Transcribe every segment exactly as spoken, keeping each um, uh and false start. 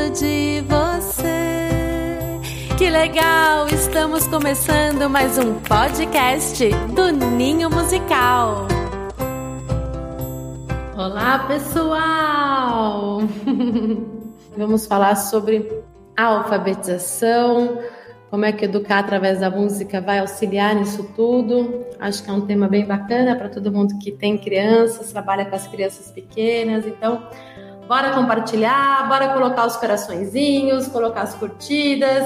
gosto de você. Que legal! Estamos começando mais um podcast do Ninho Musical. Olá, pessoal! Vamos falar sobre alfabetização, como é que educar através da música vai auxiliar nisso tudo. Acho que é um tema bem bacana para todo mundo que tem crianças, trabalha com as crianças pequenas. Então, bora compartilhar, bora colocar os coraçõezinhos, colocar as curtidas.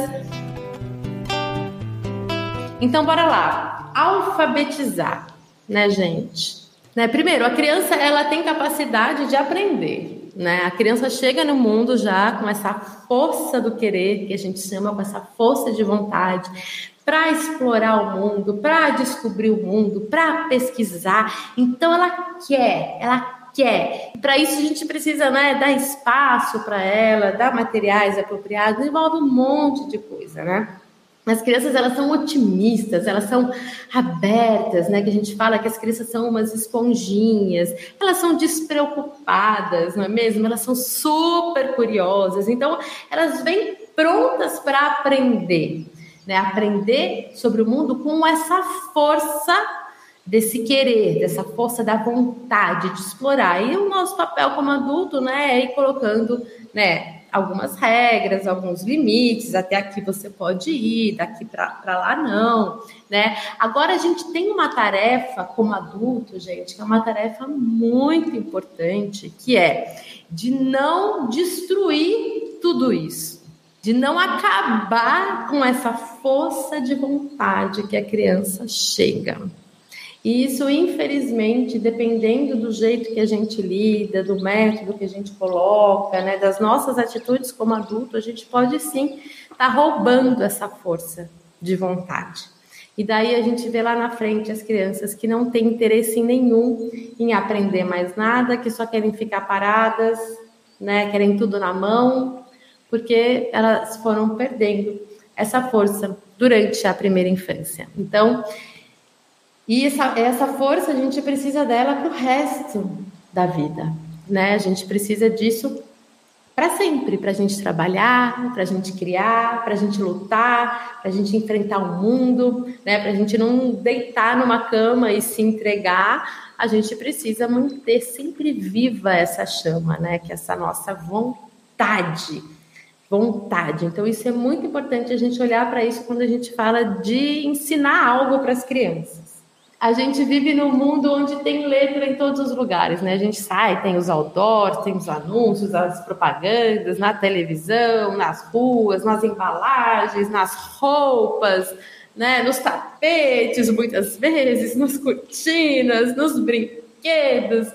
Então, bora lá. Alfabetizar, né, gente? Né? Primeiro, a criança ela tem capacidade de aprender, né? A criança chega no mundo já com essa força do querer, que a gente chama, com essa força de vontade, para explorar o mundo, para descobrir o mundo, para pesquisar. Então, ela quer, ela quer. Para isso, a gente precisa, né, dar espaço para ela, dar materiais apropriados, envolve um monte de coisa, né? As crianças, elas são otimistas, elas são abertas, né? Que a gente fala que as crianças são umas esponjinhas, elas são despreocupadas, não é mesmo? Elas são super curiosas, então elas vêm prontas para aprender, né? Aprender sobre o mundo com essa força desse querer, dessa força da vontade de explorar. E o nosso papel como adulto, né, é ir colocando, né, algumas regras, alguns limites, até aqui você pode ir, daqui para lá não, né? Agora a gente tem uma tarefa como adulto, gente, que é uma tarefa muito importante, que é de não destruir tudo isso, de não acabar com essa força de vontade que a criança chega. E isso, infelizmente, dependendo do jeito que a gente lida, do método que a gente coloca, né, das nossas atitudes como adulto, a gente pode sim estar roubando essa força de vontade. E daí a gente vê lá na frente as crianças que não têm interesse nenhum em aprender mais nada, que só querem ficar paradas, né, querem tudo na mão, porque elas foram perdendo essa força durante a primeira infância. Então, E essa, essa força, a gente precisa dela para o resto da vida, né? A gente precisa disso para sempre, para a gente trabalhar, para a gente criar, para a gente lutar, para a gente enfrentar o mundo, né? Para a gente não deitar numa cama e se entregar, a gente precisa manter sempre viva essa chama, né? Que é essa nossa vontade, vontade. Então, isso é muito importante a gente olhar para isso quando a gente fala de ensinar algo para as crianças. A gente vive num mundo onde tem letra em todos os lugares, né? A gente sai, tem os outdoors, tem os anúncios, as propagandas, na televisão, nas ruas, nas embalagens, nas roupas, né? Nos tapetes, muitas vezes, nas cortinas, nos brinquedos,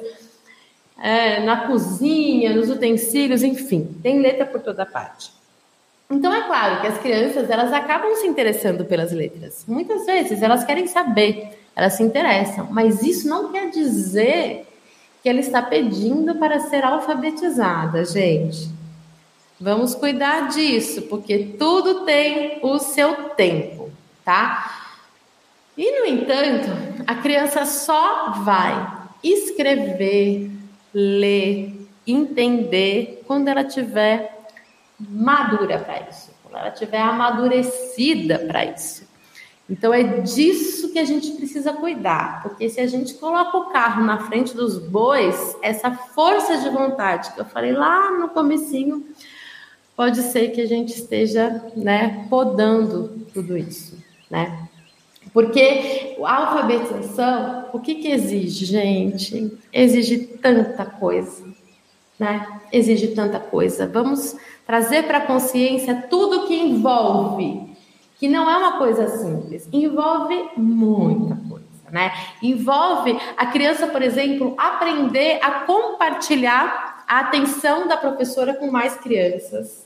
é, na cozinha, nos utensílios, enfim, tem letra por toda parte. Então, é claro que as crianças, elas acabam se interessando pelas letras. Muitas vezes, elas querem saber, elas se interessam, mas isso não quer dizer que ela está pedindo para ser alfabetizada, gente. Vamos cuidar disso, porque tudo tem o seu tempo, tá? E, no entanto, a criança só vai escrever, ler, entender quando ela tiver madura para isso, quando ela tiver amadurecida para isso. Então, é disso que a gente precisa cuidar, porque se a gente coloca o carro na frente dos bois, essa força de vontade que eu falei lá no comecinho, pode ser que a gente esteja, né, podando tudo isso, né? Porque a alfabetização, o que que exige, gente? Exige tanta coisa, né? Exige tanta coisa. Vamos trazer para a consciência tudo que envolve, que não é uma coisa simples, envolve muita coisa, né? Envolve a criança, por exemplo, aprender a compartilhar a atenção da professora com mais crianças,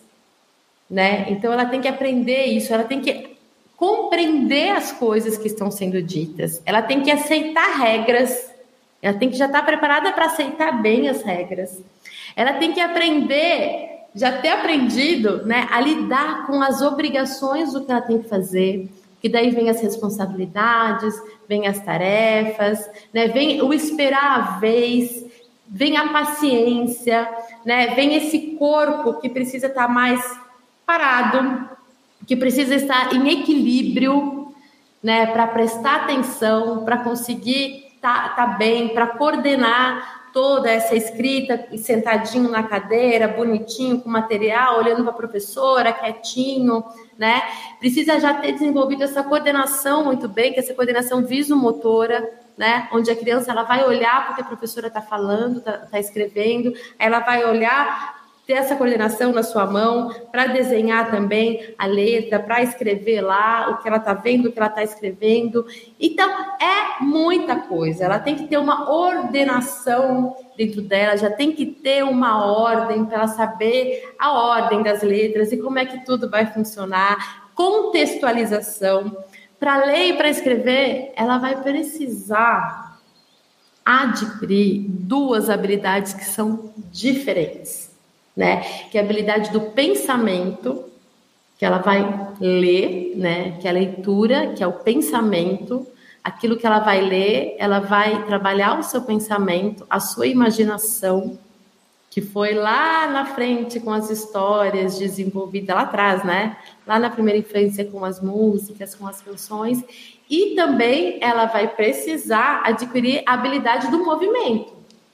né? Então, ela tem que aprender isso, ela tem que compreender as coisas que estão sendo ditas, ela tem que aceitar regras, ela tem que já estar preparada para aceitar bem as regras, ela tem que aprender... já ter aprendido, né, a lidar com as obrigações do que ela tem que fazer, que daí vem as responsabilidades, vem as tarefas, né, vem o esperar a vez, vem a paciência, né? Vem esse corpo que precisa estar mais parado, que precisa estar em equilíbrio, né? Para prestar atenção, para conseguir estar tá, tá bem, para coordenar toda essa escrita, sentadinho na cadeira, bonitinho, com material, olhando para a professora, quietinho, né? Precisa já ter desenvolvido essa coordenação muito bem, que é essa coordenação visomotora, né? Onde a criança ela vai olhar porque a professora está falando, está tá escrevendo, ela vai olhar, ter essa coordenação na sua mão, para desenhar também a letra, para escrever lá o que ela está vendo, o que ela está escrevendo. Então, é muita coisa. Ela tem que ter uma ordenação dentro dela, já tem que ter uma ordem para ela saber a ordem das letras e como é que tudo vai funcionar, contextualização. Para ler e para escrever, ela vai precisar adquirir duas habilidades que são diferentes, né? Que é a habilidade do pensamento, que ela vai ler, né? Que é a leitura, que é o pensamento. Aquilo que ela vai ler, ela vai trabalhar o seu pensamento, a sua imaginação, que foi lá na frente com as histórias desenvolvidas lá atrás, né? Lá na primeira infância com as músicas, com as canções. E também ela vai precisar adquirir a habilidade do movimento,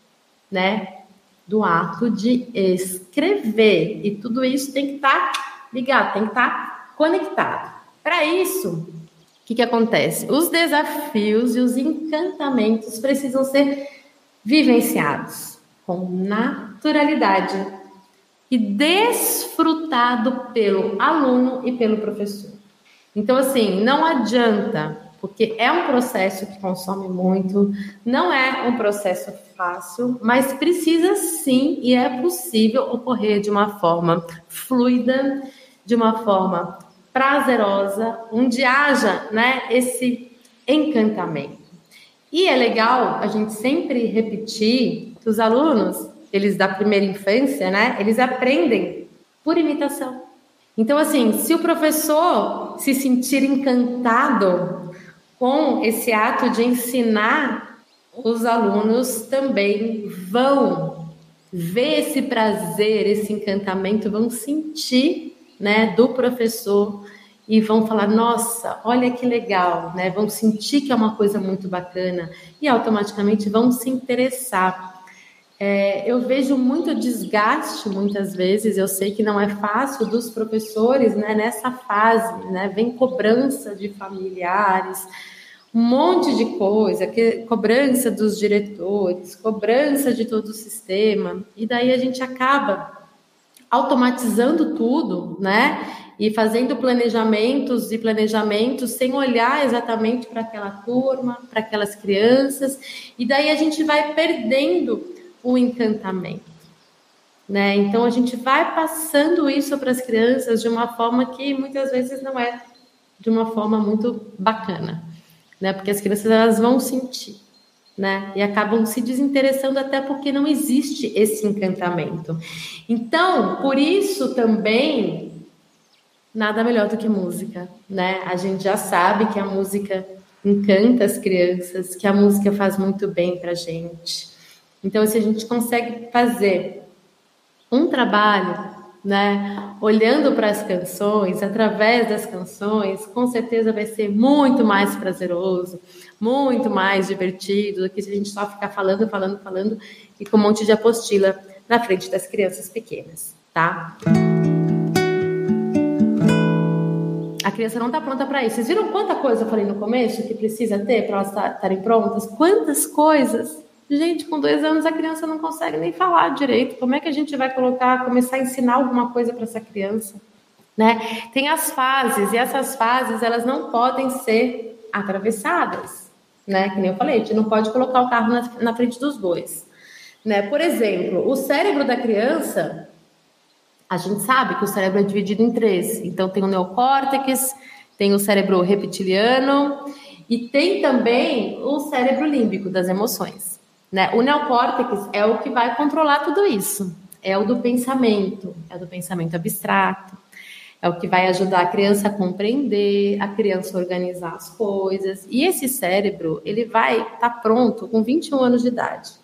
né? Do ato de escrever. E tudo isso tem que estar ligado, tem que estar conectado. Para isso, o que, que acontece? Os desafios e os encantamentos precisam ser vivenciados com naturalidade e desfrutado pelo aluno e pelo professor. Então, assim, não adianta, porque é um processo que consome muito, não é um processo fácil, mas precisa sim e é possível ocorrer de uma forma fluida, de uma forma prazerosa, onde haja, né, esse encantamento. E é legal a gente sempre repetir que os alunos, eles da primeira infância, né, eles aprendem por imitação. Então, assim, se o professor se sentir encantado com esse ato de ensinar, os alunos também vão ver esse prazer, esse encantamento, vão sentir, né, do professor e vão falar, nossa, olha que legal, né? Vão sentir que é uma coisa muito bacana e automaticamente vão se interessar. É, eu vejo muito desgaste, muitas vezes, eu sei que não é fácil dos professores, né, nessa fase, né? Vem cobrança de familiares, um monte de coisa, que, cobrança dos diretores, cobrança de todo o sistema, e daí a gente acaba automatizando tudo, né? E fazendo planejamentos e planejamentos sem olhar exatamente para aquela turma, para aquelas crianças, e daí a gente vai perdendo o encantamento, né? Então a gente vai passando isso para as crianças de uma forma que muitas vezes não é de uma forma muito bacana, né? Porque as crianças elas vão sentir, né? E acabam se desinteressando até porque não existe esse encantamento. Então, por isso também nada melhor do que música, né? A gente já sabe que a música encanta as crianças, que a música faz muito bem pra gente. Então, se a gente consegue fazer um trabalho, né, olhando para as canções, através das canções, com certeza vai ser muito mais prazeroso, muito mais divertido do que se a gente só ficar falando, falando, falando e com um monte de apostila na frente das crianças pequenas, tá? A criança não está pronta para isso. Vocês viram quanta coisa eu falei no começo que precisa ter para elas estarem prontas? Quantas coisas? Gente, com dois anos a criança não consegue nem falar direito. Como é que a gente vai colocar, começar a ensinar alguma coisa para essa criança? Né? Tem as fases, e essas fases elas não podem ser atravessadas. Né? Que nem eu falei, a gente não pode colocar o carro na, na frente dos bois. Né? Por exemplo, o cérebro da criança, a gente sabe que o cérebro é dividido em três. Então tem o neocórtex, tem o cérebro reptiliano e tem também o cérebro límbico das emoções. Né? O neocórtex é o que vai controlar tudo isso. É o do pensamento, é o do pensamento abstrato. É o que vai ajudar a criança a compreender, a criança a organizar as coisas. E esse cérebro, ele vai estar pronto com vinte e um anos de idade.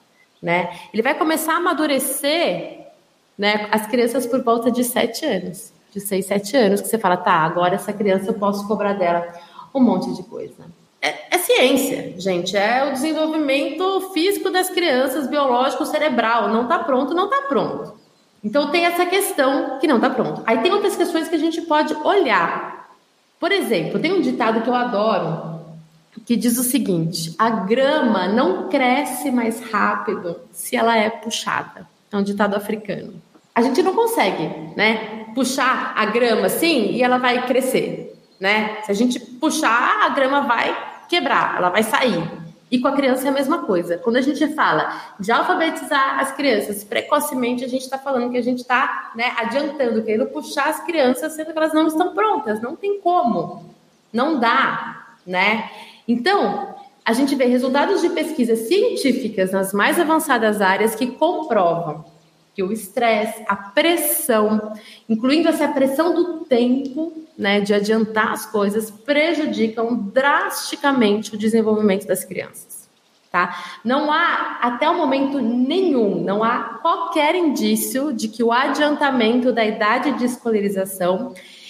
né? Ele vai começar a amadurecer, né, as crianças por volta de sete anos, de seis, sete anos, que você fala, tá, agora essa criança eu posso cobrar dela um monte de coisa. É, é ciência, gente, é o desenvolvimento físico das crianças, biológico, cerebral, não tá pronto, não tá pronto. Então tem essa questão que não tá pronto. Aí tem outras questões que a gente pode olhar. Por exemplo, tem um ditado que eu adoro, que diz o seguinte: a grama não cresce mais rápido se ela é puxada. É um ditado africano. A gente não consegue, né, puxar a grama assim e ela vai crescer, né? Se a gente puxar, a grama vai quebrar, ela vai sair. E com a criança é a mesma coisa. Quando a gente fala de alfabetizar as crianças precocemente, a gente está falando que a gente está, né, adiantando, querendo puxar as crianças, sendo que elas não estão prontas. Não tem como. Não dá, né? Então, a gente vê resultados de pesquisas científicas nas mais avançadas áreas que comprovam que o estresse, a pressão, incluindo essa pressão do tempo, né, de adiantar as coisas, prejudicam drasticamente o desenvolvimento das crianças, tá? Não há, até o momento nenhum, não há qualquer indício de que o adiantamento da idade de escolarização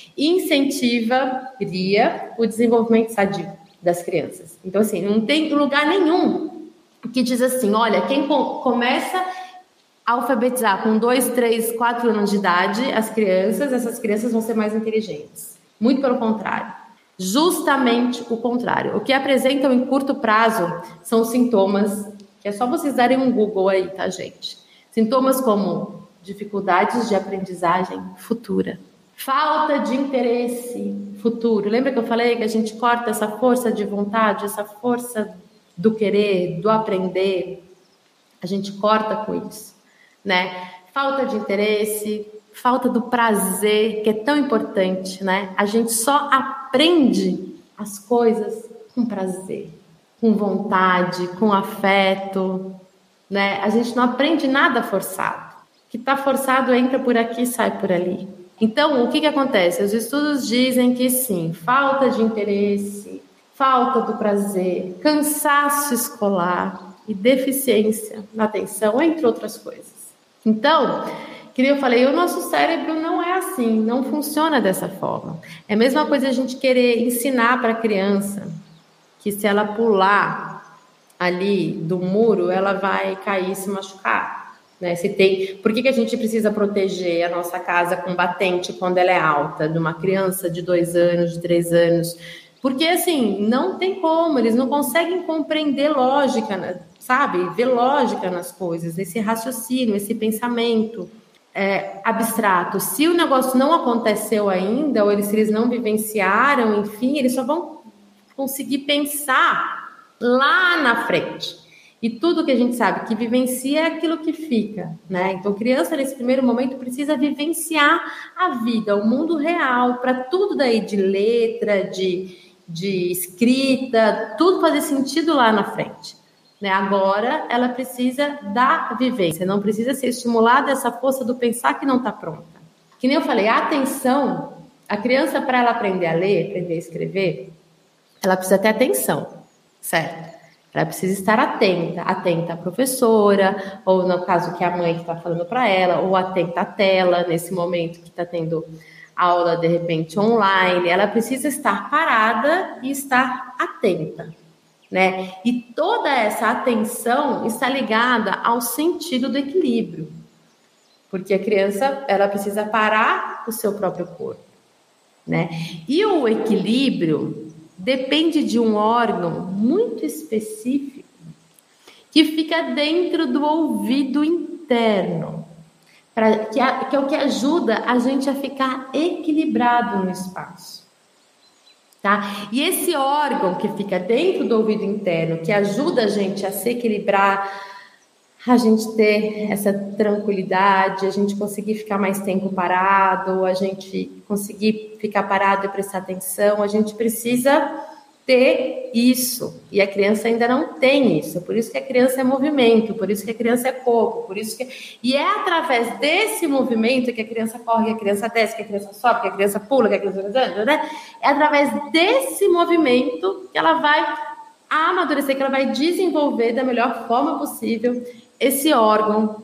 incentivaria o desenvolvimento sadio das crianças. Então, assim, não tem lugar nenhum que diz assim, olha, quem com, começa a alfabetizar com dois, três, quatro anos de idade as crianças, essas crianças vão ser mais inteligentes. Muito pelo contrário. Justamente o contrário. O que apresentam em curto prazo são sintomas, que é só vocês darem um Google aí, tá, gente? Sintomas como dificuldades de aprendizagem futura, falta de interesse futuro. Lembra que eu falei que a gente corta essa força de vontade, essa força do querer, do aprender? A gente corta com isso, né? Falta de interesse, falta do prazer, que é tão importante, né? A gente só aprende as coisas com prazer, com vontade, com afeto, né? A gente não aprende nada forçado. O que está forçado entra por aqui e sai por ali. Então, o que que acontece? Os estudos dizem que sim, falta de interesse, falta do prazer, cansaço escolar e deficiência na atenção, entre outras coisas. Então, que eu falei, o nosso cérebro não é assim, não funciona dessa forma. É a mesma coisa a gente querer ensinar para a criança que se ela pular ali do muro, ela vai cair e se machucar. Né? Se tem, por que, que a gente precisa proteger a nossa casa com batente quando ela é alta, de uma criança de dois anos, de três anos? Porque, assim, não tem como, eles não conseguem compreender lógica, sabe? Ver lógica nas coisas, esse raciocínio, esse pensamento é, abstrato. Se o negócio não aconteceu ainda, ou eles, se eles não vivenciaram, enfim, eles só vão conseguir pensar lá na frente. E tudo que a gente sabe que vivencia é aquilo que fica, né? Então, criança, nesse primeiro momento, precisa vivenciar a vida, o mundo real, para tudo daí de letra, de, de escrita, tudo fazer sentido lá na frente. Né? Agora, ela precisa da vivência, não precisa ser estimulada essa força do pensar que não está pronta. Que nem eu falei, a atenção, a criança, para ela aprender a ler, aprender a escrever, ela precisa ter atenção, certo? Ela precisa estar atenta, atenta à professora, ou no caso que a mãe que está falando para ela, ou atenta à tela, nesse momento que está tendo aula, de repente, online. Ela precisa estar parada e estar atenta, né? E toda essa atenção está ligada ao sentido do equilíbrio, porque a criança, ela precisa parar o seu próprio corpo, né? E o equilíbrio depende de um órgão muito específico que fica dentro do ouvido interno, pra, que, a, que é o que ajuda a gente a ficar equilibrado no espaço. Tá? E esse órgão que fica dentro do ouvido interno, que ajuda a gente a se equilibrar, a gente ter essa tranquilidade, a gente conseguir ficar mais tempo parado, a gente conseguir ficar parado e prestar atenção, a gente precisa ter isso. E a criança ainda não tem isso. Por isso que a criança é movimento, por isso que a criança é corpo, por isso que... E é através desse movimento que a criança corre, que a criança desce, que a criança sobe, que a criança pula, que a criança... Né? É através desse movimento que ela vai amadurecer, que ela vai desenvolver da melhor forma possível esse órgão,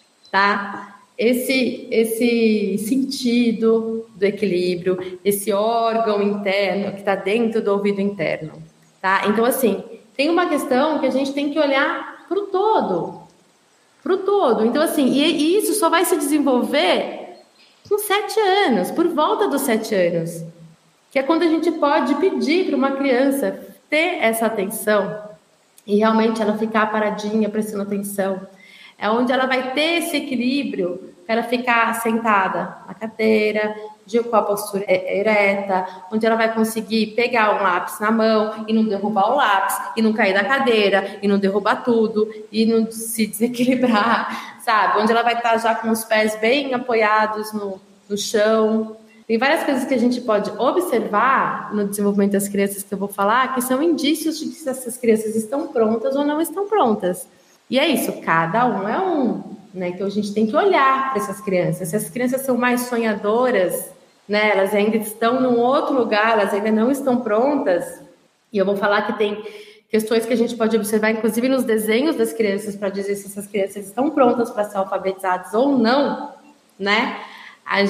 tá? Esse, esse sentido do equilíbrio, esse órgão interno que está dentro do ouvido interno, tá? Então, assim, tem uma questão que a gente tem que olhar para o todo, para o todo. Então, assim, e, e isso só vai se desenvolver com sete anos, por volta dos sete anos, que é quando a gente pode pedir para uma criança ter essa atenção e realmente ela ficar paradinha, prestando atenção. É onde ela vai ter esse equilíbrio para ela ficar sentada na cadeira, de, com a postura ereta, onde ela vai conseguir pegar um lápis na mão e não derrubar o lápis, e não cair da cadeira, e não derrubar tudo, e não se desequilibrar, sabe? Onde ela vai estar já com os pés bem apoiados no, no chão. Tem várias coisas que a gente pode observar no desenvolvimento das crianças que eu vou falar, que são indícios de que essas crianças estão prontas ou não estão prontas. E é isso, cada um é um, né? Então a gente tem que olhar para essas crianças. Se as crianças são mais sonhadoras, né? Elas ainda estão num outro lugar, elas ainda não estão prontas. E eu vou falar que tem questões que a gente pode observar, inclusive nos desenhos das crianças, para dizer se essas crianças estão prontas para ser alfabetizadas ou não, né? A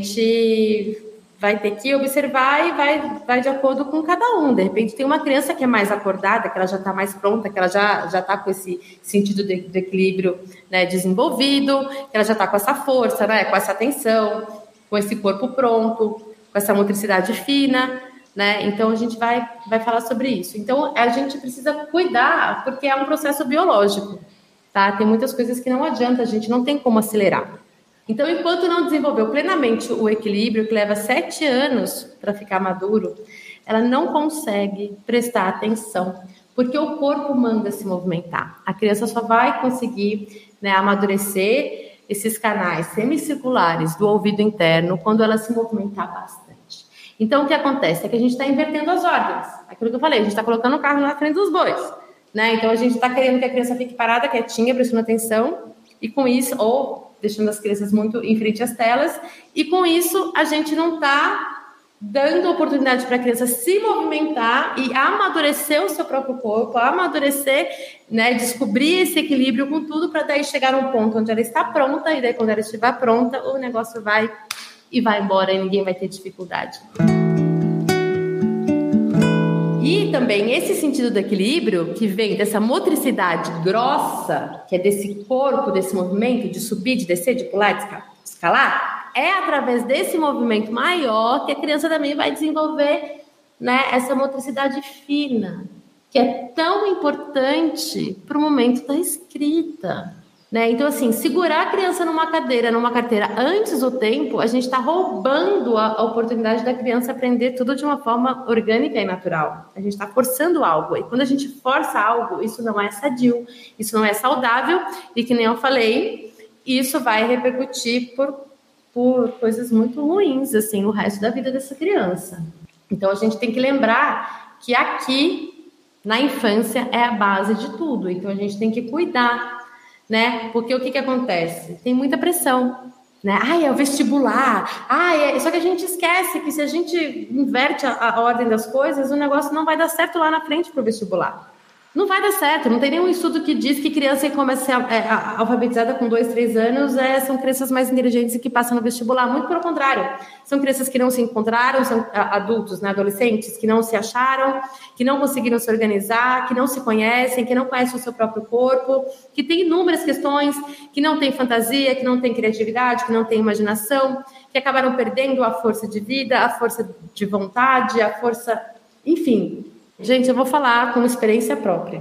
gente vai ter que observar e vai, vai de acordo com cada um. De repente tem uma criança que é mais acordada, que ela já está mais pronta, que ela já já está com esse sentido de, de equilíbrio, né, desenvolvido, que ela já está com essa força, né, com essa atenção, com esse corpo pronto, com essa motricidade fina, né? Então a gente vai, vai falar sobre isso. Então a gente precisa cuidar, porque é um processo biológico, tá? Tem muitas coisas que não adianta, a gente não tem como acelerar. Então, enquanto não desenvolveu plenamente o equilíbrio, que leva sete anos para ficar maduro, ela não consegue prestar atenção, porque o corpo manda se movimentar. A criança só vai conseguir, né, amadurecer esses canais semicirculares do ouvido interno quando ela se movimentar bastante. Então, o que acontece é que a gente está invertendo as ordens. Aquilo que eu falei, a gente está colocando o carro na frente dos bois, né? Então, a gente está querendo que a criança fique parada, quietinha, prestando atenção, e com isso, ou deixando as crianças muito em frente às telas, e com isso a gente não está dando oportunidade para a criança se movimentar e amadurecer o seu próprio corpo, amadurecer, né, descobrir esse equilíbrio com tudo, para daí chegar num ponto onde ela está pronta, e daí quando ela estiver pronta, o negócio vai e vai embora e ninguém vai ter dificuldade. E também esse sentido do equilíbrio, que vem dessa motricidade grossa, que é desse corpo, desse movimento de subir, de descer, de pular, de escalar, é através desse movimento maior que a criança também vai desenvolver, né, essa motricidade fina, que é tão importante para o momento da escrita. Né? Então, assim, segurar a criança numa cadeira, numa carteira antes do tempo, a gente está roubando a, a oportunidade da criança aprender tudo de uma forma orgânica e natural. A gente está forçando algo. E quando a gente força algo, isso não é sadio, isso não é saudável. E que nem eu falei, isso vai repercutir por, por coisas muito ruins, assim, no resto da vida dessa criança. Então, a gente tem que lembrar que aqui, na infância, é a base de tudo. Então, a gente tem que cuidar, né? Porque o que que acontece? Tem muita pressão, né? Ai, é o vestibular. Ai, é... Só que a gente esquece que se a gente inverte a, a ordem das coisas, o negócio não vai dar certo lá na frente para o vestibular. Não vai dar certo. Não tem nenhum estudo que diz que criança que começa a ser é, alfabetizada com dois, três anos é, são crianças mais inteligentes e que passam no vestibular. Muito pelo contrário. São crianças que não se encontraram, são adultos, né, adolescentes, que não se acharam, que não conseguiram se organizar, que não se conhecem, que não conhecem o seu próprio corpo, que tem inúmeras questões, que não tem fantasia, que não tem criatividade, que não tem imaginação, que acabaram perdendo a força de vida, a força de vontade, a força... Enfim... Gente, eu vou falar com experiência própria,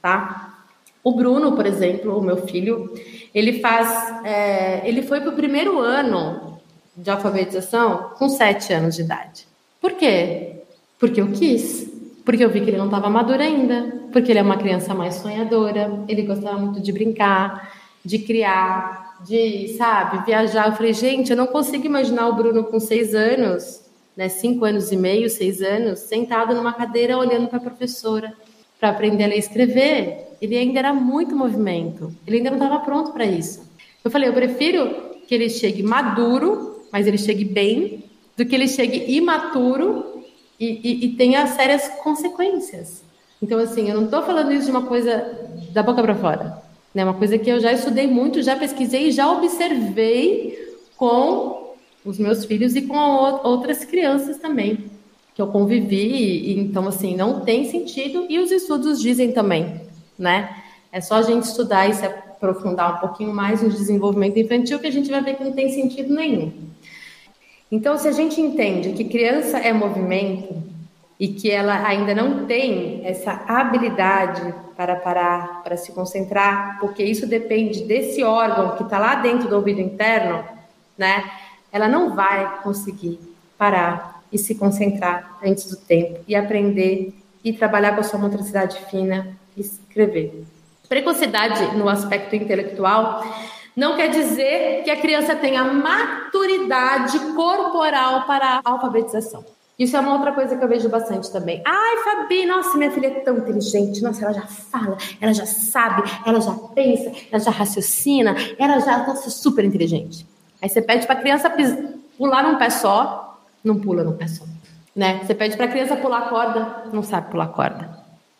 tá? O Bruno, por exemplo, o meu filho, ele faz, é, ele foi para o primeiro ano de alfabetização com sete anos de idade. Por quê? Porque eu quis. Porque eu vi que ele não estava maduro ainda. Porque ele é uma criança mais sonhadora. Ele gostava muito de brincar, de criar, de, sabe, viajar. Eu falei, gente, eu não consigo imaginar o Bruno com seis anos... Né, cinco anos e meio, seis anos, sentado numa cadeira olhando para a professora para aprender a ler e escrever. Ele ainda era muito movimento, ele ainda não estava pronto para isso. Eu falei, eu prefiro que ele chegue maduro, mas ele chegue bem, do que ele chegue imaturo e, e, e tenha sérias consequências. Então, assim, eu não estou falando isso de uma coisa da boca para fora, né? Uma coisa que eu já estudei muito, já pesquisei e já observei com os meus filhos e com outras crianças também, que eu convivi. E, então, assim, não tem sentido. E os estudos dizem também, né? É só a gente estudar e se aprofundar um pouquinho mais no desenvolvimento infantil que a gente vai ver que não tem sentido nenhum. Então, se a gente entende que criança é movimento e que ela ainda não tem essa habilidade para parar, para se concentrar, porque isso depende desse órgão que está lá dentro do ouvido interno, né? Ela não vai conseguir parar e se concentrar antes do tempo e aprender e trabalhar com a sua motricidade fina e escrever. Precocidade no aspecto intelectual não quer dizer que a criança tenha maturidade corporal para a alfabetização. Isso é uma outra coisa que eu vejo bastante também. Ai, Fabi, nossa, minha filha é tão inteligente. Nossa, ela já fala, ela já sabe, ela já pensa, ela já raciocina, ela já está super inteligente. Aí você pede para a criança pular num pé só, não pula num pé só. Né? Você pede para a criança pular corda, não sabe pular corda.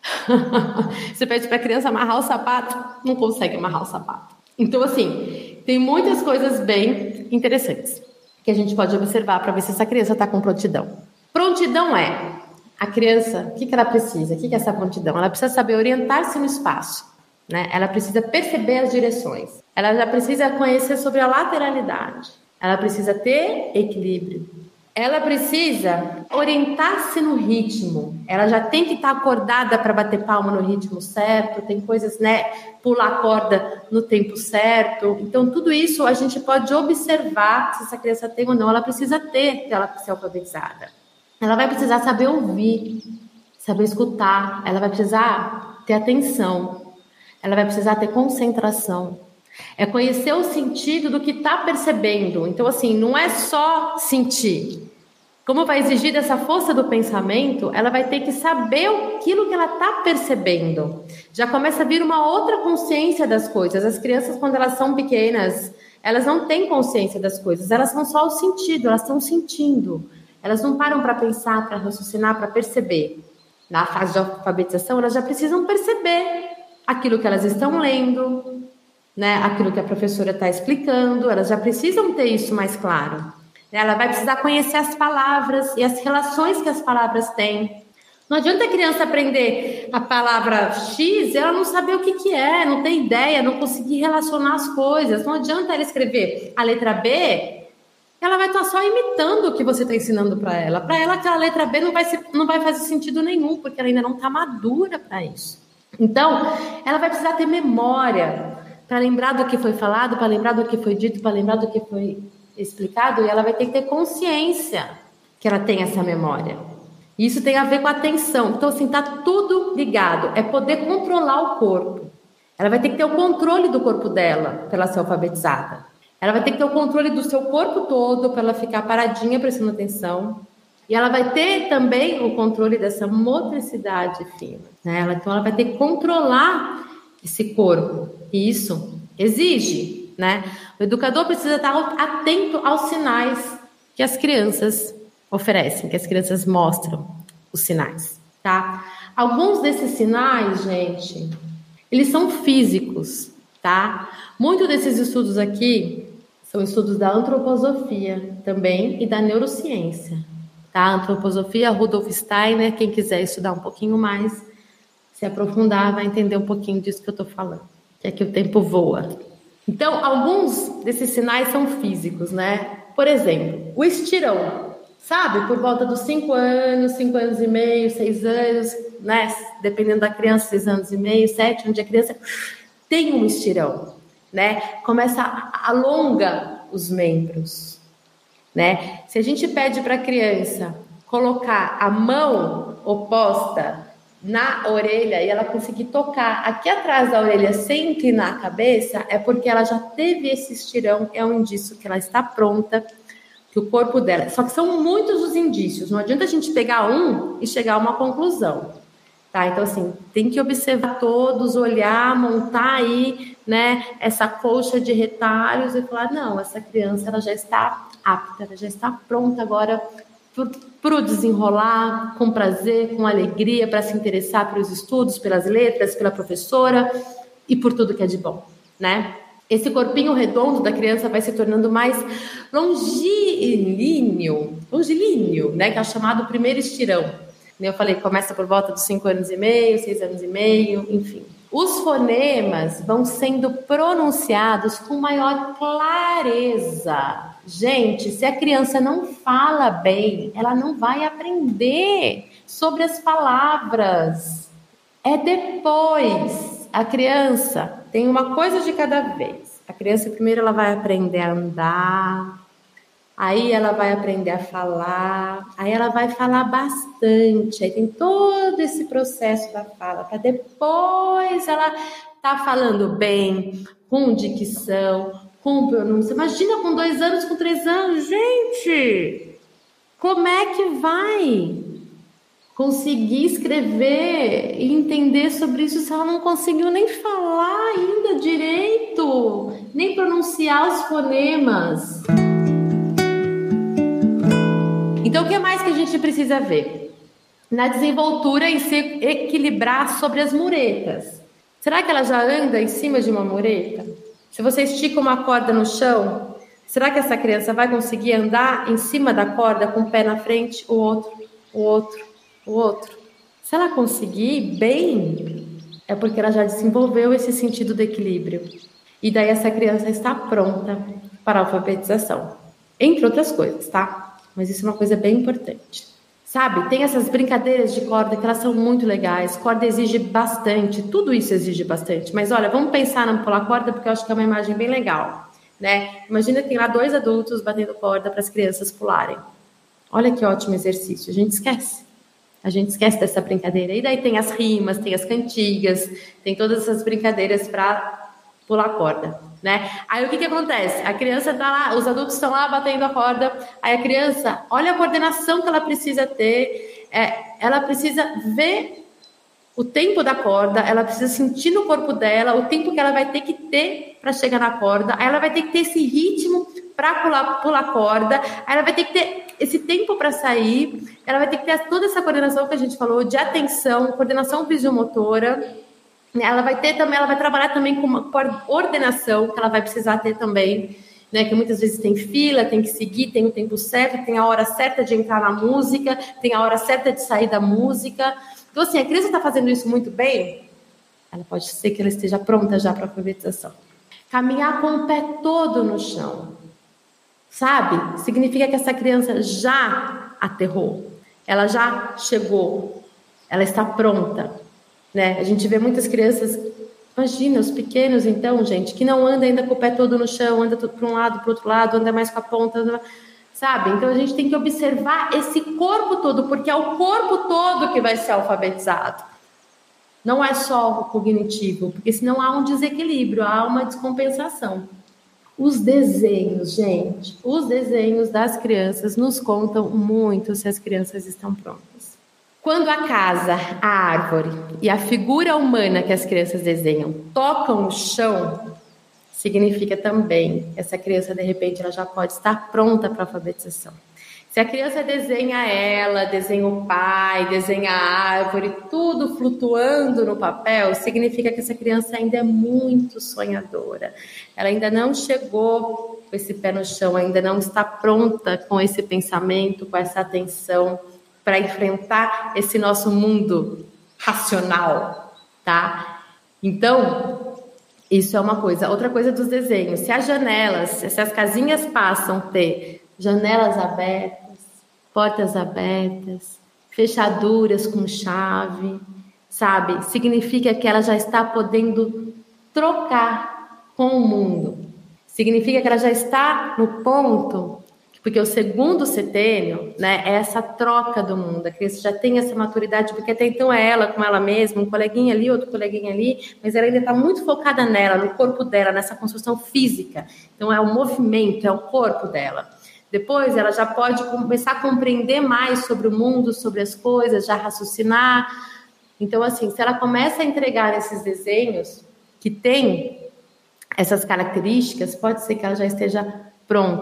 Você pede para a criança amarrar o sapato, não consegue amarrar o sapato. Então, assim, tem muitas coisas bem interessantes que a gente pode observar para ver se essa criança está com prontidão. Prontidão é a criança, o que, que ela precisa? O que, que é essa prontidão? Ela precisa saber orientar-se no espaço, né? Ela precisa perceber as direções. Ela já precisa conhecer sobre a lateralidade. Ela precisa ter equilíbrio. Ela precisa orientar-se no ritmo. Ela já tem que estar acordada para bater palma no ritmo certo. Tem coisas, né? Pular a corda no tempo certo. Então, tudo isso a gente pode observar se essa criança tem ou não. Ela precisa ter, ela precisa ser alfabetizada. Ela vai precisar saber ouvir, saber escutar. Ela vai precisar ter atenção. Ela vai precisar ter concentração. É conhecer o sentido do que está percebendo. Então, assim, não é só sentir. Como vai exigir dessa força do pensamento, ela vai ter que saber aquilo que ela está percebendo. Já começa a vir uma outra consciência das coisas. As crianças, quando elas são pequenas, elas não têm consciência das coisas. Elas são só o sentido, elas estão sentindo. Elas não param para pensar, para raciocinar, para perceber. Na fase de alfabetização, elas já precisam perceber aquilo que elas estão lendo, né? Aquilo que a professora está explicando. Elas já precisam ter isso mais claro. Ela vai precisar conhecer as palavras e as relações que as palavras têm. Não adianta a criança aprender a palavra X e ela não saber o que, que é, não ter ideia, não conseguir relacionar as coisas. Não adianta ela escrever a letra B, ela vai estar só imitando o que você está ensinando para ela. Para ela, aquela letra B não vai, ser, não vai fazer sentido nenhum, porque ela ainda não está madura para isso. Então, ela vai precisar ter memória para lembrar do que foi falado, para lembrar do que foi dito, para lembrar do que foi explicado, e ela vai ter que ter consciência que ela tem essa memória. Isso tem a ver com a atenção. Então, assim, tá tudo ligado. É poder controlar o corpo. Ela vai ter que ter o controle do corpo dela para ela ser alfabetizada. Ela vai ter que ter o controle do seu corpo todo para ela ficar paradinha prestando atenção. E ela vai ter também o controle dessa motricidade fina, né? Ela, então, ela vai ter que controlar esse corpo. E isso exige, né? O educador precisa estar atento aos sinais que as crianças oferecem, que as crianças mostram os sinais, tá? Alguns desses sinais, gente, eles são físicos, tá? Muitos desses estudos aqui são estudos da antroposofia também e da neurociência, tá? A antroposofia, Rudolf Steiner, quem quiser estudar um pouquinho mais, se aprofundar, vai entender um pouquinho disso que eu tô falando, que é que o tempo voa. Então, alguns desses sinais são físicos, né? Por exemplo, o estirão, sabe? Por volta dos cinco anos, cinco anos e meio, seis anos, né? Dependendo da criança, seis anos e meio, sete, onde a criança tem um estirão, né? Começa a alonga os membros, né? Se a gente pede para a criança colocar a mão oposta na orelha e ela conseguir tocar aqui atrás da orelha sem inclinar a cabeça, é porque ela já teve esse estirão, é um indício que ela está pronta, que o corpo dela... Só que são muitos os indícios, não adianta a gente pegar um e chegar a uma conclusão, tá? Então, assim, tem que observar todos, olhar, montar aí, né, essa colcha de retalhos e falar, não, essa criança, ela já está apta, ela já está pronta agora para o desenrolar, com prazer, com alegria, para se interessar pelos estudos, pelas letras, pela professora e por tudo que é de bom, né? Esse corpinho redondo da criança vai se tornando mais longilíneo, longilíneo, né? Que é o chamado primeiro estirão. Eu falei, começa por volta dos cinco anos e meio, seis anos e meio, enfim. Os fonemas vão sendo pronunciados com maior clareza. Gente, se a criança não fala bem, ela não vai aprender sobre as palavras. É depois. A criança tem uma coisa de cada vez. A criança primeiro ela vai aprender a andar, aí ela vai aprender a falar, aí ela vai falar bastante, aí tem todo esse processo da fala, para depois ela tá falando bem, com dicção, com pronúncia. Imagina com dois anos, com três anos, gente, como é que vai conseguir escrever e entender sobre isso se ela não conseguiu nem falar ainda direito, nem pronunciar os fonemas? Então, o que mais que a gente precisa ver? Na desenvoltura e se equilibrar sobre as muretas. Será que ela já anda em cima de uma mureta? Se você estica uma corda no chão, será que essa criança vai conseguir andar em cima da corda com o pé na frente, o outro, o outro, o outro? Se ela conseguir bem, é porque ela já desenvolveu esse sentido do equilíbrio. E daí essa criança está pronta para a alfabetização. Entre outras coisas, tá? Mas isso é uma coisa bem importante. Sabe, tem essas brincadeiras de corda que elas são muito legais. Corda exige bastante, tudo isso exige bastante. Mas olha, vamos pensar no pular corda, porque eu acho que é uma imagem bem legal, né? Imagina que tem lá dois adultos batendo corda para as crianças pularem. Olha que ótimo exercício. A gente esquece. A gente esquece dessa brincadeira. E daí tem as rimas, tem as cantigas, tem todas essas brincadeiras para pular corda, né? Aí o que que acontece? A criança tá lá, os adultos estão lá batendo a corda, aí a criança, olha a coordenação que ela precisa ter, é, ela precisa ver o tempo da corda, ela precisa sentir no corpo dela o tempo que ela vai ter que ter para chegar na corda, aí ela vai ter que ter esse ritmo para pular, pular corda, aí ela vai ter que ter esse tempo para sair, ela vai ter que ter toda essa coordenação que a gente falou, de atenção, coordenação visiomotora. Ela vai ter também, ela vai trabalhar também com uma coordenação que ela vai precisar ter também, né? Que muitas vezes tem fila, tem que seguir, tem o tempo certo, tem a hora certa de entrar na música, tem a hora certa de sair da música. Então, assim, a criança está fazendo isso muito bem, ela pode ser que ela esteja pronta já para a alfabetização. Caminhar com o pé todo no chão, sabe? Significa que essa criança já aterrou, ela já chegou, ela está pronta. Né? A gente vê muitas crianças, imagina, os pequenos então, gente, que não anda ainda com o pé todo no chão, anda para um lado, para o outro lado, anda mais com a ponta, anda... sabe? Então a gente tem que observar esse corpo todo, porque é o corpo todo que vai ser alfabetizado. Não é só o cognitivo, porque senão há um desequilíbrio, há uma descompensação. Os desenhos, gente, os desenhos das crianças nos contam muito se as crianças estão prontas. Quando a casa, a árvore e a figura humana que as crianças desenham tocam o chão, significa também que essa criança, de repente, ela já pode estar pronta para a alfabetização. Se a criança desenha ela, desenha o pai, desenha a árvore, tudo flutuando no papel, significa que essa criança ainda é muito sonhadora. Ela ainda não chegou com esse pé no chão, ainda não está pronta com esse pensamento, com essa atenção, para enfrentar esse nosso mundo racional, tá? Então, isso é uma coisa. Outra coisa dos desenhos, se as janelas, se as casinhas passam a ter janelas abertas, portas abertas, fechaduras com chave, sabe? Significa que ela já está podendo trocar com o mundo. Significa que ela já está no ponto... Porque o segundo setênio, né, é essa troca do mundo. A criança já tem essa maturidade, porque até então é ela com ela mesma, um coleguinha ali, outro coleguinha ali, mas ela ainda está muito focada nela, no corpo dela, nessa construção física. Então é o movimento, é o corpo dela. Depois ela já pode começar a compreender mais sobre o mundo, sobre as coisas, já raciocinar. Então, assim, se ela começa a entregar esses desenhos que têm essas características, pode ser que ela já esteja pronta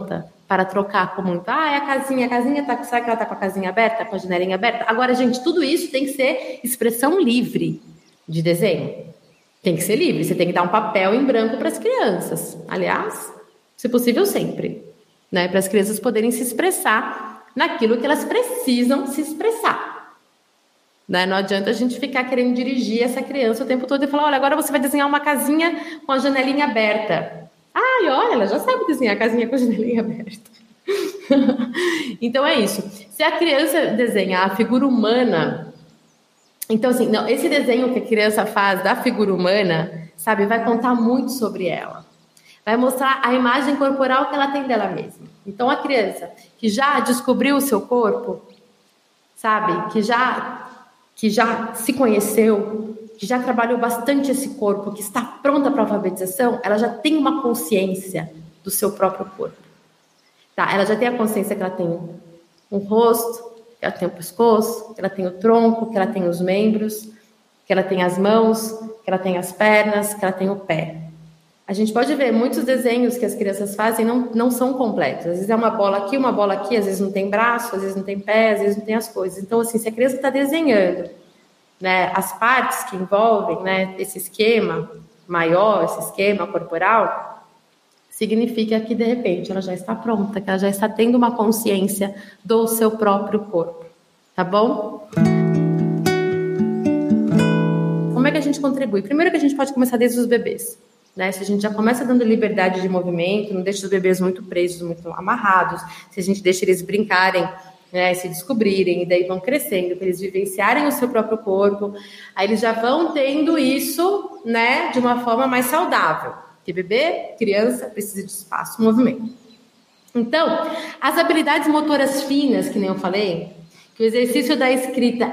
para trocar com muito. Ah, é a casinha, a casinha tá, será que ela tá com a casinha aberta, com a janelinha aberta? Agora, gente, tudo isso tem que ser expressão livre de desenho. Tem que ser livre, você tem que dar um papel em branco para as crianças. Aliás, se possível, sempre. Né? Para as crianças poderem se expressar naquilo que elas precisam se expressar. Né? Não adianta a gente ficar querendo dirigir essa criança o tempo todo e falar, olha, agora você vai desenhar uma casinha com a janelinha aberta. Ai, olha, ela já sabe desenhar a casinha com a janelinha aberta. Então é isso. Se a criança desenhar a figura humana, então assim, não, esse desenho que a criança faz da figura humana, sabe, vai contar muito sobre ela. Vai mostrar a imagem corporal que ela tem dela mesma. Então a criança que já descobriu o seu corpo, sabe, que já que já se conheceu, que já trabalhou bastante esse corpo, que está pronta para a alfabetização, ela já tem uma consciência do seu próprio corpo. Tá? Ela já tem a consciência que ela tem um rosto, que ela tem o pescoço, que ela tem o tronco, que ela tem os membros, que ela tem as mãos, que ela tem as pernas, que ela tem o pé. A gente pode ver muitos desenhos que as crianças fazem não, não são completos. Às vezes é uma bola aqui, uma bola aqui, às vezes não tem braço, às vezes não tem pé, às vezes não tem as coisas. Então, assim, se a criança está desenhando, né, as partes que envolvem, né, esse esquema maior, esse esquema corporal, significa que, de repente, ela já está pronta, que ela já está tendo uma consciência do seu próprio corpo. Tá bom? Como é que a gente contribui? Primeiro que a gente pode começar desde os bebês. Né? Se a gente já começa dando liberdade de movimento, não deixa os bebês muito presos, muito amarrados, se a gente deixa eles brincarem, né, se descobrirem, e daí vão crescendo, para eles vivenciarem o seu próprio corpo, aí eles já vão tendo isso, né, de uma forma mais saudável. Porque bebê, criança, precisa de espaço, movimento. Então, as habilidades motoras finas, que nem eu falei, que o exercício da escrita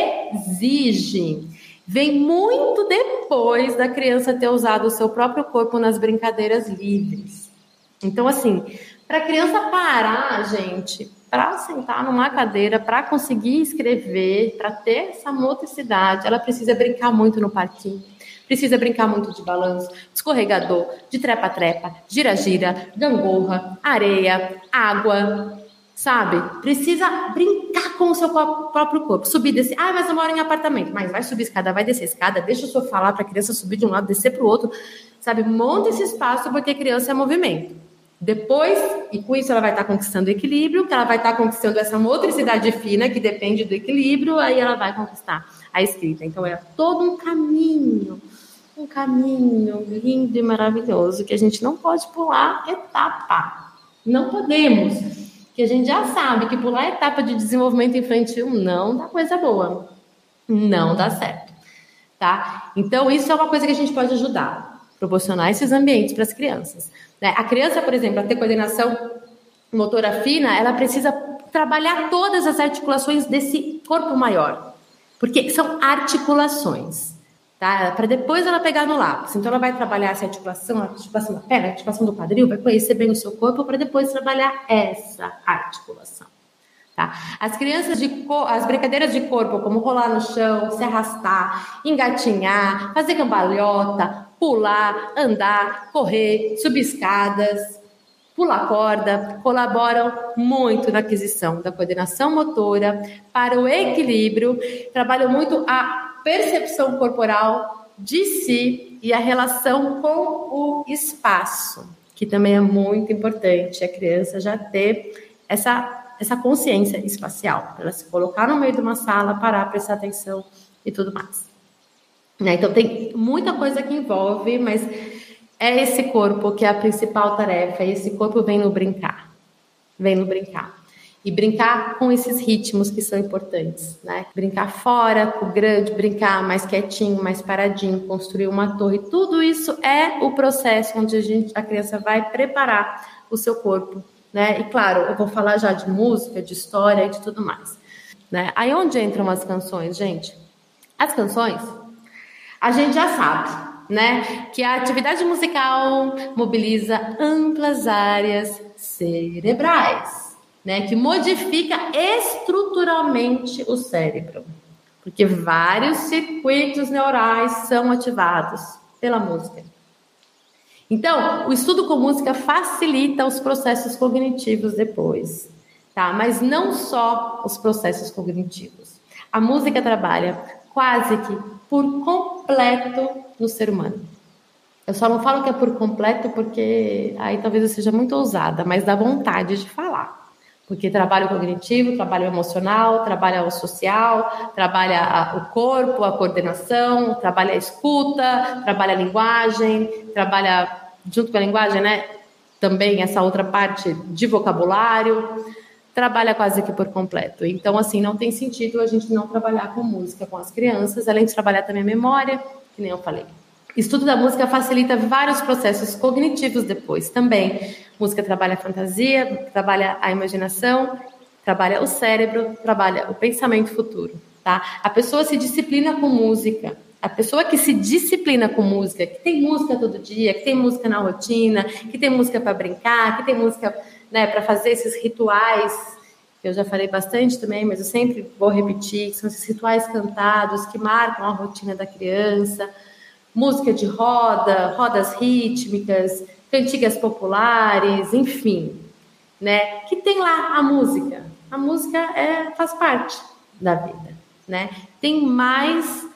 exige, vem muito depois da criança ter usado o seu próprio corpo nas brincadeiras livres. Então, assim, para a criança parar, gente, para sentar numa cadeira, para conseguir escrever, para ter essa motricidade, ela precisa brincar muito no parquinho, precisa brincar muito de balanço, de escorregador, de trepa-trepa, gira-gira, gangorra, areia, água, sabe? Precisa brincar com o seu próprio corpo. Subir, descer. Ah, mas eu moro em apartamento. Mas vai subir escada, vai descer escada. Deixa o sofá lá para a criança subir de um lado, descer para o outro. Sabe? Monta esse espaço porque a criança é movimento. Depois, e com isso ela vai estar conquistando o equilíbrio, que ela vai estar conquistando essa motricidade fina, que depende do equilíbrio, aí ela vai conquistar a escrita. Então, é todo um caminho, um caminho lindo e maravilhoso, que a gente não pode pular etapa. Não podemos. Que a gente já sabe que pular a etapa de desenvolvimento infantil não dá coisa boa. Não dá certo. Tá? Então, isso é uma coisa que a gente pode ajudar. Proporcionar esses ambientes para as crianças. Né? A criança, por exemplo, para ter coordenação motora fina, ela precisa trabalhar todas as articulações desse corpo maior. Porque são articulações. Tá? Para depois ela pegar no lápis. Então ela vai trabalhar essa articulação, a articulação da perna, a articulação do quadril, vai conhecer bem o seu corpo para depois trabalhar essa articulação. Tá? As crianças de co- as brincadeiras de corpo, como rolar no chão, se arrastar, engatinhar, fazer cambalhota, pular, andar, correr, subir escadas, pular corda, colaboram muito na aquisição da coordenação motora, para o equilíbrio, trabalham muito a percepção corporal de si e a relação com o espaço, que também é muito importante a criança já ter essa, essa consciência espacial, para ela se colocar no meio de uma sala, parar, prestar atenção e tudo mais. Né? Então tem muita coisa que envolve, mas é esse corpo que é a principal tarefa, e esse corpo vem no brincar, vem no brincar. E brincar com esses ritmos que são importantes, né? Brincar fora, com o grande, brincar mais quietinho, mais paradinho, construir uma torre. Tudo isso é o processo onde a, gente, a criança vai preparar o seu corpo, né? E claro, eu vou falar já de música, de história e de tudo mais. Né? Aí onde entram as canções, gente? As canções, a gente já sabe, né? Que a atividade musical mobiliza amplas áreas cerebrais. Né, que modifica estruturalmente o cérebro, porque vários circuitos neurais são ativados pela música. Então, o estudo com música facilita os processos cognitivos depois, tá? Mas não só os processos cognitivos. A música trabalha quase que por completo no ser humano. Eu só não falo que é por completo porque aí talvez eu seja muito ousada, mas dá vontade de falar. Porque trabalha o cognitivo, trabalha o emocional, trabalha o social, trabalha a, o corpo, a coordenação, trabalha a escuta, trabalha a linguagem, trabalha, junto com a linguagem, né, também essa outra parte de vocabulário, trabalha quase que por completo. Então, assim, não tem sentido a gente não trabalhar com música com as crianças, além de trabalhar também a memória, que nem eu falei. Estudo da música facilita vários processos cognitivos depois também. Música trabalha a fantasia, trabalha a imaginação, trabalha o cérebro, trabalha o pensamento futuro, tá? A pessoa se disciplina com música. A pessoa que se disciplina com música, que tem música todo dia, que tem música na rotina, que tem música para brincar, que tem música, né, para fazer esses rituais, que eu já falei bastante também, mas eu sempre vou repetir, que são esses rituais cantados que marcam a rotina da criança. Música de roda, rodas rítmicas, cantigas populares, enfim, né? Que tem lá a música. A música é, faz parte da vida, né? Tem mais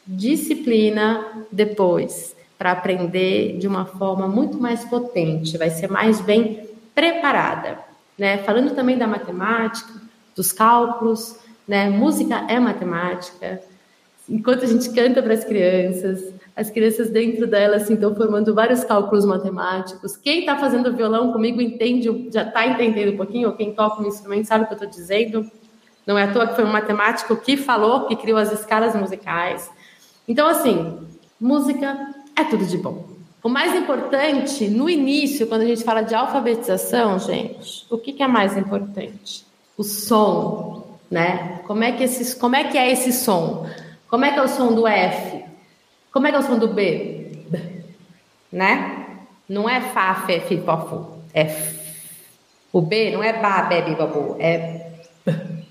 disciplina depois para aprender de uma forma muito mais potente, vai ser mais bem preparada, né? Falando também da matemática, dos cálculos, né? Música é matemática. Enquanto a gente canta para as crianças, as crianças dentro delas assim, estão formando vários cálculos matemáticos. Quem está fazendo violão comigo entende, já está entendendo um pouquinho, ou quem toca um instrumento sabe o que eu estou dizendo. Não é à toa que foi um matemático que falou, que criou as escalas musicais. Então, assim, música é tudo de bom. O mais importante, no início, quando a gente fala de alfabetização, gente, o que, que é mais importante? O som, né? Como é que, esses, como é, que é esse som? Como é que é o som do F? Como é que é o som do B? B, né? Não é Fá, Fé, Fi, Fó, Fu. É F. O B não é Bá, Bé, Bi, Babu. É B.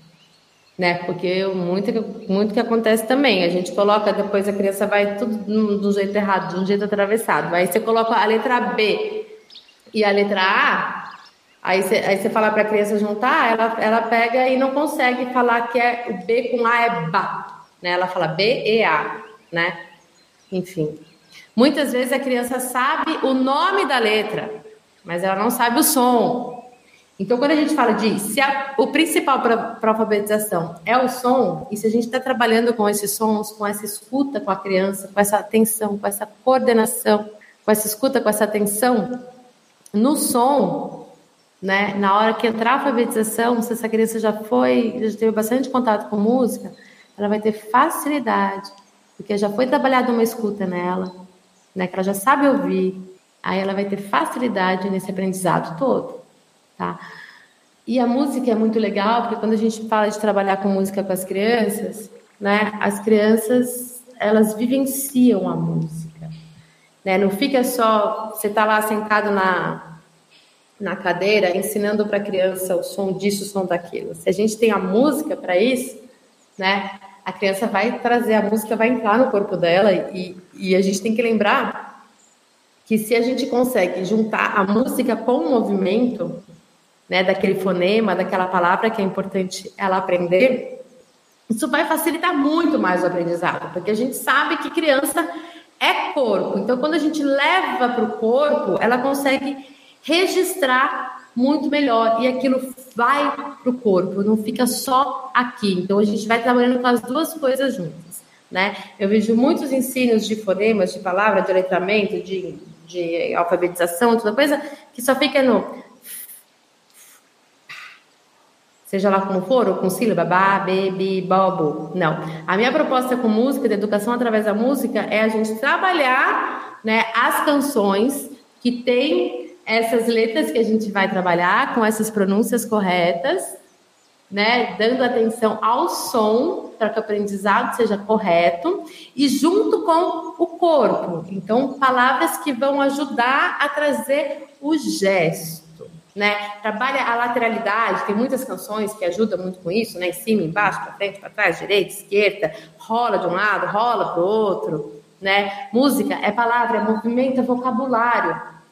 Né? Porque muito, muito que acontece também. A gente coloca, depois a criança vai tudo do jeito errado, de um jeito atravessado. Aí você coloca a letra B e a letra A, aí você, aí você fala para a criança juntar, ela, ela pega e não consegue falar que é, o B com A é Bá. Né? Ela fala B e A, né? Enfim. Muitas vezes a criança sabe o nome da letra, mas ela não sabe o som. Então, quando a gente fala de se a, o principal para a alfabetização é o som, e se a gente está trabalhando com esses sons, com essa escuta com a criança, com essa atenção, com essa coordenação, com essa escuta, com essa atenção, no som, né, na hora que entrar a alfabetização, se essa criança já foi, já teve bastante contato com música, ela vai ter facilidade, porque já foi trabalhada uma escuta nela, né, que ela já sabe ouvir, aí ela vai ter facilidade nesse aprendizado todo. Tá? E a música é muito legal, porque quando a gente fala de trabalhar com música com as crianças, né, as crianças, elas vivenciam a música, né? Não fica só, você tá lá sentado na, na cadeira, ensinando para a criança o som disso, o som daquilo. Se a gente tem a música para isso, né, a criança vai trazer, a música vai entrar no corpo dela, e, e a gente tem que lembrar que se a gente consegue juntar a música com o movimento, né, daquele fonema, daquela palavra que é importante ela aprender, isso vai facilitar muito mais o aprendizado, porque a gente sabe que criança é corpo. Então, quando a gente leva para o corpo, ela consegue registrar muito melhor, e aquilo vai para o corpo, não fica só aqui. Então, a gente vai trabalhando com as duas coisas juntas, né? Eu vejo muitos ensinos de fonemas, de palavra, de letramento, de, de alfabetização, toda coisa, que só fica no... seja lá como for, ou com sílaba, ba, be, bi, bobo. Não. A minha proposta com música, de educação através da música, é a gente trabalhar, né, as canções que tem essas letras que a gente vai trabalhar, com essas pronúncias corretas, né, dando atenção ao som, para que o aprendizado seja correto, e junto com o corpo. Então, palavras que vão ajudar a trazer o gesto. Né? Trabalha a lateralidade, tem muitas canções que ajudam muito com isso, né? Em cima, embaixo, para frente, para trás, direita, esquerda, rola de um lado, rola para o outro, né? Música é palavra, é movimento, é vocabulário,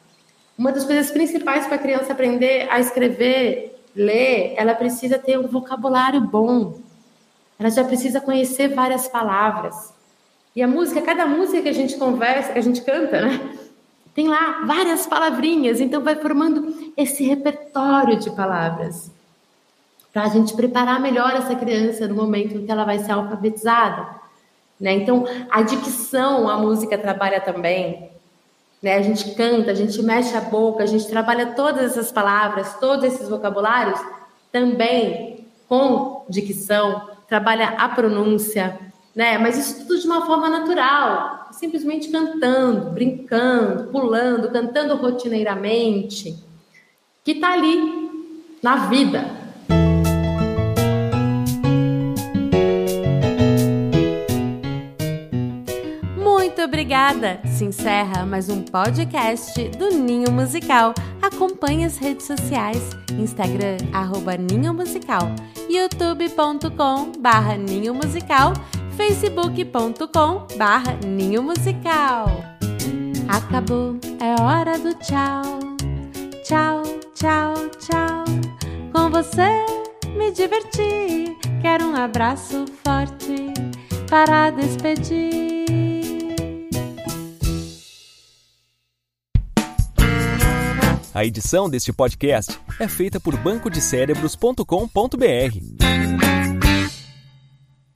Uma das coisas principais para a criança aprender a escrever, ler, ela precisa ter um vocabulário bom. Ela já precisa conhecer várias palavras. E a música, cada música que a gente conversa, que a gente canta, né? Tem lá várias palavrinhas, então vai formando esse repertório de palavras. Para a gente preparar melhor essa criança no momento em que ela vai ser alfabetizada. Né? Então, a dicção, a música trabalha também. Né? A gente canta, a gente mexe a boca, a gente trabalha todas essas palavras, todos esses vocabulários, também com dicção, trabalha a pronúncia, né? Mas isso tudo de uma forma natural, simplesmente cantando, brincando, pulando, cantando rotineiramente, que está ali na vida. Muito obrigada! Se encerra mais um podcast do Ninho Musical. Acompanhe as redes sociais, Instagram, arroba Ninho Musical, youtube ponto com barra Ninho Musical, facebook ponto com barra Ninho Musical. Acabou, é hora do tchau. Tchau, tchau, tchau. Com você me diverti. Quero um abraço forte para despedir. A edição deste podcast é feita por banco de cérebros ponto com ponto b r.